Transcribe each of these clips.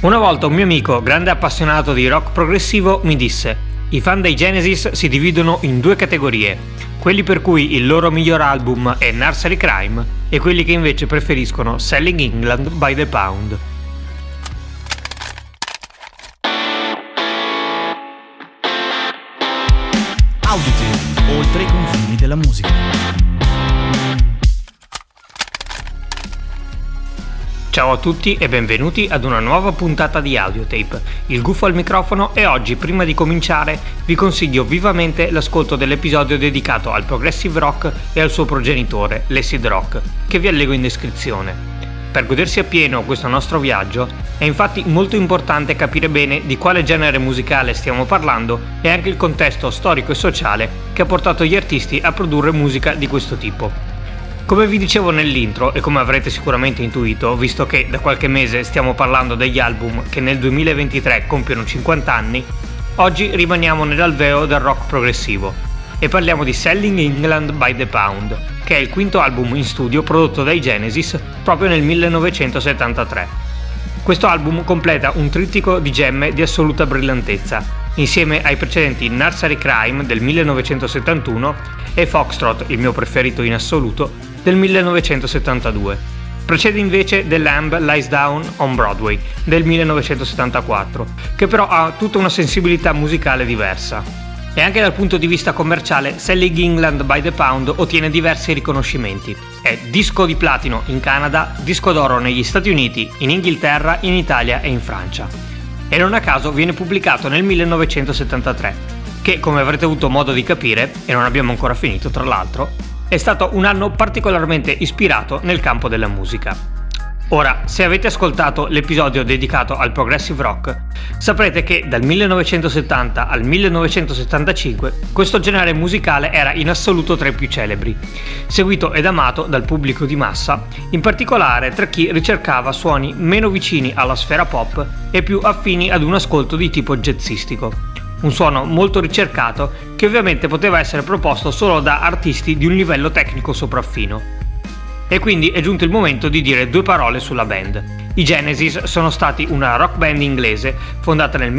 Una volta un mio amico, grande appassionato di rock progressivo, mi disse: i fan dei Genesis si dividono in due categorie, quelli per cui il loro miglior album è Nursery Cryme e quelli che invece preferiscono Selling England by the Pound. Auditape, oltre i confini della musica. Ciao a tutti e benvenuti ad una nuova puntata di Audiotape, il Gufo al microfono, e oggi, prima di cominciare, vi consiglio vivamente l'ascolto dell'episodio dedicato al progressive rock e al suo progenitore, l'acid rock, che vi allego in descrizione. Per godersi appieno questo nostro viaggio è infatti molto importante capire bene di quale genere musicale stiamo parlando e anche il contesto storico e sociale che ha portato gli artisti a produrre musica di questo tipo. Come vi dicevo nell'intro, e come avrete sicuramente intuito, visto che da qualche mese stiamo parlando degli album che nel 2023 compiono 50 anni, oggi rimaniamo nell'alveo del rock progressivo e parliamo di Selling England by the Pound, che è il quinto album in studio prodotto dai Genesis proprio nel 1973. Questo album completa un trittico di gemme di assoluta brillantezza, insieme ai precedenti Nursery Cryme del 1971 e Foxtrot, il mio preferito in assoluto, del 1972. Precede invece The Lamb Lies Down on Broadway del 1974, che però ha tutta una sensibilità musicale diversa. E anche dal punto di vista commerciale, Selling England by the Pound ottiene diversi riconoscimenti. È disco di platino in Canada, disco d'oro negli Stati Uniti, in Inghilterra, in Italia e in Francia. E non a caso viene pubblicato nel 1973, che, come avrete avuto modo di capire, e non abbiamo ancora finito tra l'altro, è stato un anno particolarmente ispirato nel campo della musica. Ora, se avete ascoltato l'episodio dedicato al progressive rock, saprete che dal 1970 al 1975 questo genere musicale era in assoluto tra i più celebri, seguito ed amato dal pubblico di massa, in particolare tra chi ricercava suoni meno vicini alla sfera pop e più affini ad un ascolto di tipo jazzistico. Un suono molto ricercato che ovviamente poteva essere proposto solo da artisti di un livello tecnico sopraffino. E quindi è giunto il momento di dire due parole sulla band. I Genesis sono stati una rock band inglese fondata nel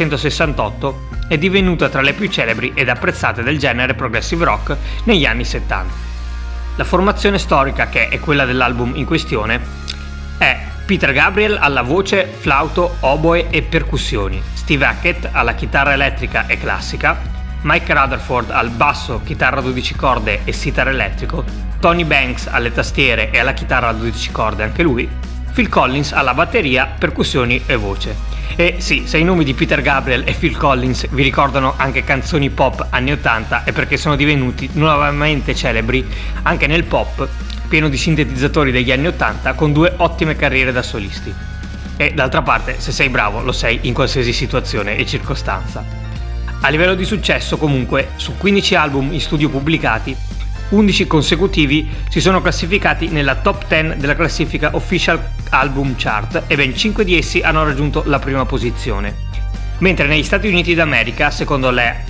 1968 e divenuta tra le più celebri ed apprezzate del genere progressive rock negli anni 70. La formazione storica, che è quella dell'album in questione, è Peter Gabriel alla voce, flauto, oboe e percussioni, Steve Hackett alla chitarra elettrica e classica, Mike Rutherford al basso, chitarra a 12 corde e sitar elettrico, Tony Banks alle tastiere e alla chitarra a 12 corde anche lui, Phil Collins alla batteria, percussioni e voce. E sì, se i nomi di Peter Gabriel e Phil Collins vi ricordano anche canzoni pop anni 80 è perché sono divenuti nuovamente celebri anche nel pop, pieno di sintetizzatori degli anni 80 con due ottime carriere da solisti. E d'altra parte, se sei bravo, lo sei in qualsiasi situazione e circostanza. A livello di successo, comunque, su 15 album in studio pubblicati, 11 consecutivi si sono classificati nella top 10 della classifica Official Album Chart e ben 5 di essi hanno raggiunto la prima posizione. Mentre negli Stati Uniti d'America, secondo le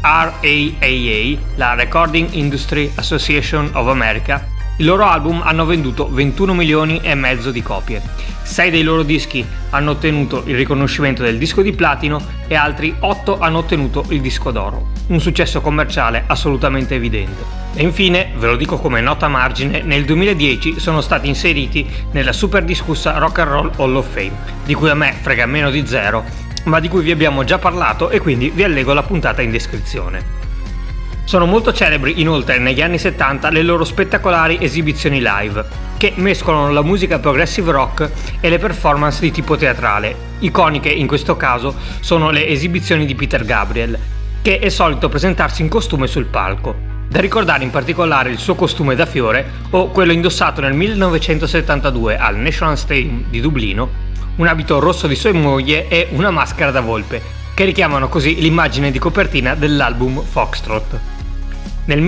RAAA, la Recording Industry Association of America, i loro album hanno venduto 21 milioni e mezzo di copie. 6 dei loro dischi hanno ottenuto il riconoscimento del disco di platino e altri 8 hanno ottenuto il disco d'oro. Un successo commerciale assolutamente evidente. E infine, ve lo dico come nota a margine, nel 2010 sono stati inseriti nella super discussa Rock and Roll Hall of Fame, di cui a me frega meno di zero, ma di cui vi abbiamo già parlato e quindi vi allego la puntata in descrizione. Sono molto celebri inoltre negli anni 70 le loro spettacolari esibizioni live, che mescolano la musica progressive rock e le performance di tipo teatrale. Iconiche in questo caso sono le esibizioni di Peter Gabriel, che è solito presentarsi in costume sul palco. Da ricordare in particolare il suo costume da fiore o quello indossato nel 1972 al National Stadium di Dublino, un abito rosso di sua moglie e una maschera da volpe, che richiamano così l'immagine di copertina dell'album Foxtrot. Nel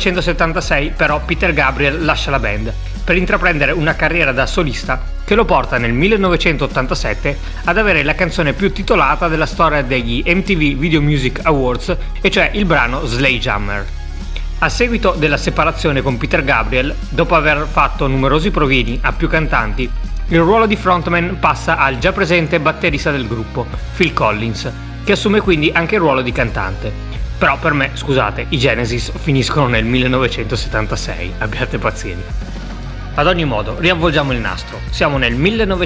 1976 però Peter Gabriel lascia la band per intraprendere una carriera da solista che lo porta nel 1987 ad avere la canzone più titolata della storia degli MTV Video Music Awards, e cioè il brano Sledgehammer. A seguito della separazione con Peter Gabriel, dopo aver fatto numerosi provini a più cantanti, il ruolo di frontman passa al già presente batterista del gruppo, Phil Collins, che assume quindi anche il ruolo di cantante. Però per me, scusate, i Genesis finiscono nel 1976, abbiate pazienza. Ad ogni modo, riavvolgiamo il nastro. Siamo nel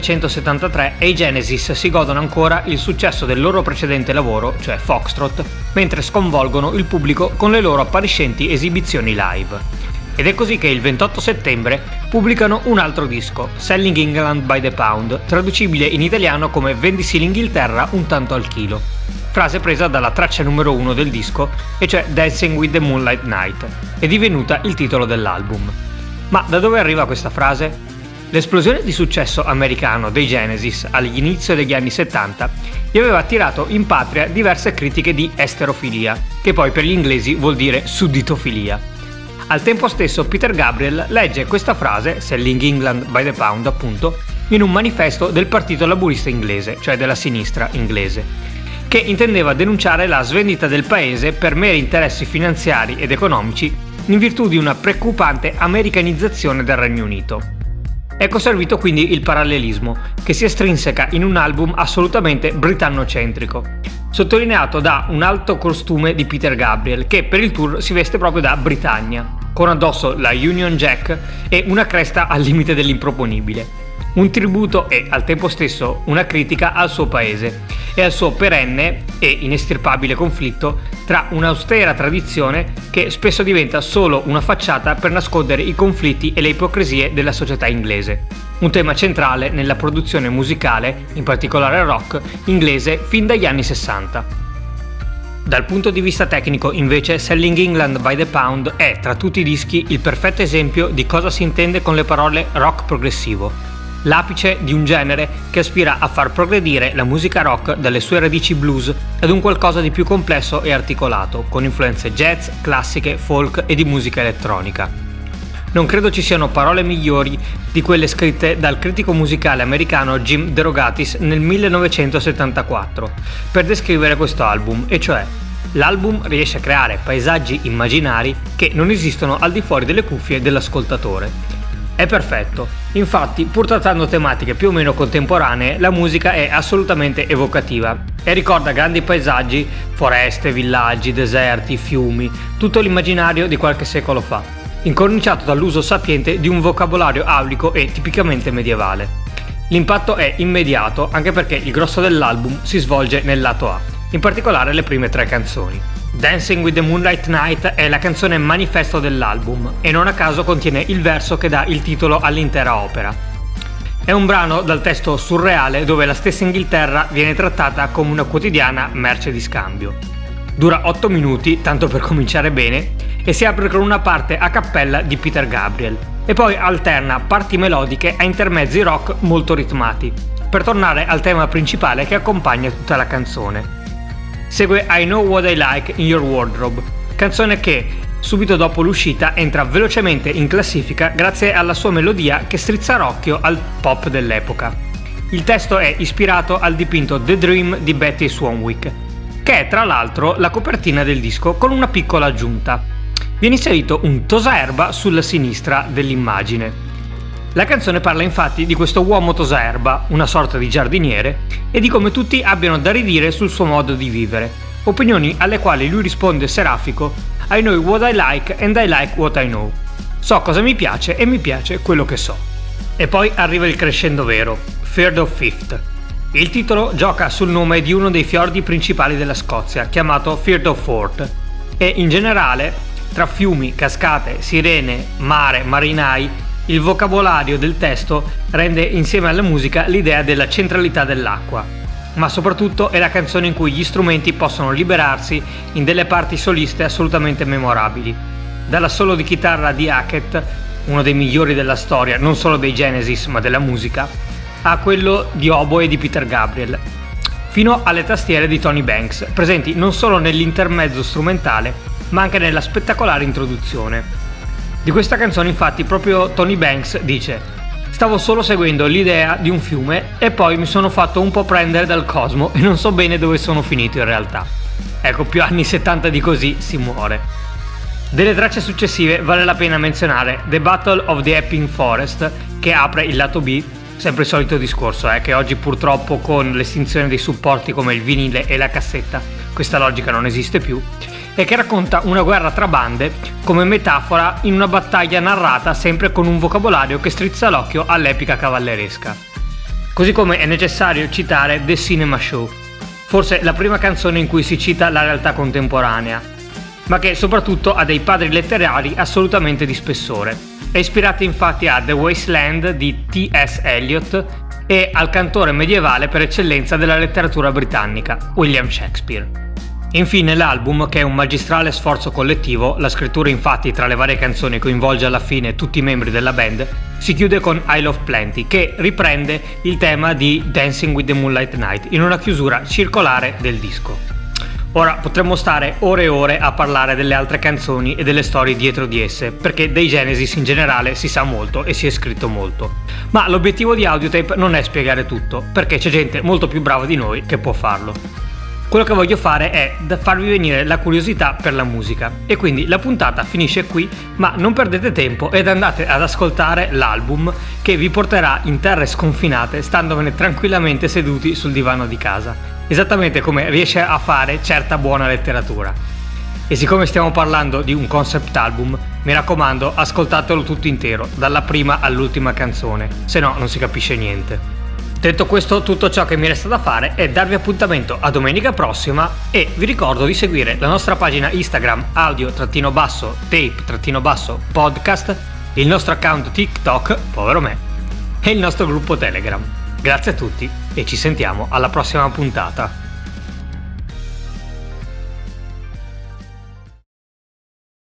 1973 e i Genesis si godono ancora il successo del loro precedente lavoro, cioè Foxtrot, mentre sconvolgono il pubblico con le loro appariscenti esibizioni live. Ed è così che il 28 settembre pubblicano un altro disco, Selling England by the Pound, traducibile in italiano come Vendisi l'Inghilterra un tanto al chilo. Frase presa dalla traccia numero 1 del disco, e cioè Dancing with the Moonlight Night, è divenuta il titolo dell'album. Ma da dove arriva questa frase? L'esplosione di successo americano dei Genesis all'inizio degli anni 70 gli aveva attirato in patria diverse critiche di esterofilia, che poi per gli inglesi vuol dire sudditofilia. Al tempo stesso Peter Gabriel legge questa frase, Selling England by the Pound appunto, in un manifesto del Partito Laburista inglese, cioè della sinistra inglese, che intendeva denunciare la svendita del paese per meri interessi finanziari ed economici in virtù di una preoccupante americanizzazione del Regno Unito. Ecco servito quindi il parallelismo, che si estrinseca in un album assolutamente britannocentrico, sottolineato da un alto costume di Peter Gabriel, che per il tour si veste proprio da Britannia, con addosso la Union Jack e una cresta al limite dell'improponibile. Un tributo e, al tempo stesso, una critica al suo paese e al suo perenne e inestirpabile conflitto tra un'austera tradizione che spesso diventa solo una facciata per nascondere i conflitti e le ipocrisie della società inglese. Un tema centrale nella produzione musicale, in particolare rock, inglese fin dagli anni 60. Dal punto di vista tecnico, invece, Selling England by the Pound è, tra tutti i dischi, il perfetto esempio di cosa si intende con le parole rock progressivo. L'apice di un genere che aspira a far progredire la musica rock dalle sue radici blues ad un qualcosa di più complesso e articolato, con influenze jazz, classiche, folk e di musica elettronica. Non credo ci siano parole migliori di quelle scritte dal critico musicale americano Jim DeRogatis nel 1974 per descrivere questo album, e cioè: l'album riesce a creare paesaggi immaginari che non esistono al di fuori delle cuffie dell'ascoltatore. È perfetto, infatti pur trattando tematiche più o meno contemporanee, la musica è assolutamente evocativa e ricorda grandi paesaggi, foreste, villaggi, deserti, fiumi, tutto l'immaginario di qualche secolo fa, incorniciato dall'uso sapiente di un vocabolario aulico e tipicamente medievale. L'impatto è immediato anche perché il grosso dell'album si svolge nel lato A, in particolare le prime 3 canzoni. Dancing with the Moonlight Night è la canzone manifesto dell'album e non a caso contiene il verso che dà il titolo all'intera opera. È un brano dal testo surreale dove la stessa Inghilterra viene trattata come una quotidiana merce di scambio. Dura 8 minuti, tanto per cominciare bene, e si apre con una parte a cappella di Peter Gabriel e poi alterna parti melodiche a intermezzi rock molto ritmati, per tornare al tema principale che accompagna tutta la canzone. Segue I Know What I Like in Your Wardrobe, canzone che, subito dopo l'uscita, entra velocemente in classifica grazie alla sua melodia che strizza l'occhio al pop dell'epoca. Il testo è ispirato al dipinto The Dream di Betty Swanwick, che è tra l'altro la copertina del disco, con una piccola aggiunta. Viene inserito un tosaerba sulla sinistra dell'immagine. La canzone parla infatti di questo uomo tosaerba, una sorta di giardiniere, e di come tutti abbiano da ridire sul suo modo di vivere, opinioni alle quali lui risponde serafico: I know what I like and I like what I know. So cosa mi piace e mi piace quello che so. E poi arriva il crescendo vero, Firth of Forth. Il titolo gioca sul nome di uno dei fiordi principali della Scozia, chiamato Firth of Forth, e in generale, tra fiumi, cascate, sirene, mare, marinai, il vocabolario del testo rende insieme alla musica l'idea della centralità dell'acqua, ma soprattutto è la canzone in cui gli strumenti possono liberarsi in delle parti soliste assolutamente memorabili. Dalla solo di chitarra di Hackett, uno dei migliori della storia, non solo dei Genesis ma della musica, a quello di oboe di Peter Gabriel, fino alle tastiere di Tony Banks, presenti non solo nell'intermezzo strumentale ma anche nella spettacolare introduzione. Di questa canzone infatti proprio Tony Banks dice: stavo solo seguendo l'idea di un fiume e poi mi sono fatto un po' prendere dal cosmo e non so bene dove sono finito in realtà. Ecco, più anni 70 di così si muore. Delle tracce successive vale la pena menzionare The Battle of the Epping Forest, che apre il lato B, sempre il solito discorso, che oggi purtroppo con l'estinzione dei supporti come il vinile e la cassetta questa logica non esiste più, e che racconta una guerra tra bande come metafora in una battaglia narrata sempre con un vocabolario che strizza l'occhio all'epica cavalleresca. Così come è necessario citare The Cinema Show, forse la prima canzone in cui si cita la realtà contemporanea, ma che soprattutto ha dei padri letterari assolutamente di spessore. È ispirata infatti a The Wasteland di T.S. Eliot e al cantore medievale per eccellenza della letteratura britannica, William Shakespeare. Infine l'album, che è un magistrale sforzo collettivo, la scrittura infatti tra le varie canzoni coinvolge alla fine tutti i membri della band, si chiude con I Love Plenty, che riprende il tema di Dancing with the Moonlight Night in una chiusura circolare del disco. Ora potremmo stare ore e ore a parlare delle altre canzoni e delle storie dietro di esse, perché dei Genesis in generale si sa molto e si è scritto molto. Ma l'obiettivo di Audiotape non è spiegare tutto, perché c'è gente molto più brava di noi che può farlo. Quello che voglio fare è farvi venire la curiosità per la musica, e quindi la puntata finisce qui, ma non perdete tempo ed andate ad ascoltare l'album che vi porterà in terre sconfinate standovene tranquillamente seduti sul divano di casa, esattamente come riesce a fare certa buona letteratura. E siccome stiamo parlando di un concept album, mi raccomando, ascoltatelo tutto intero, dalla prima all'ultima canzone, se no non si capisce niente. Detto questo, tutto ciò che mi resta da fare è darvi appuntamento a domenica prossima, e vi ricordo di seguire la nostra pagina Instagram audio-tape-podcast, il nostro account TikTok, povero me, e il nostro gruppo Telegram. Grazie a tutti e ci sentiamo alla prossima puntata.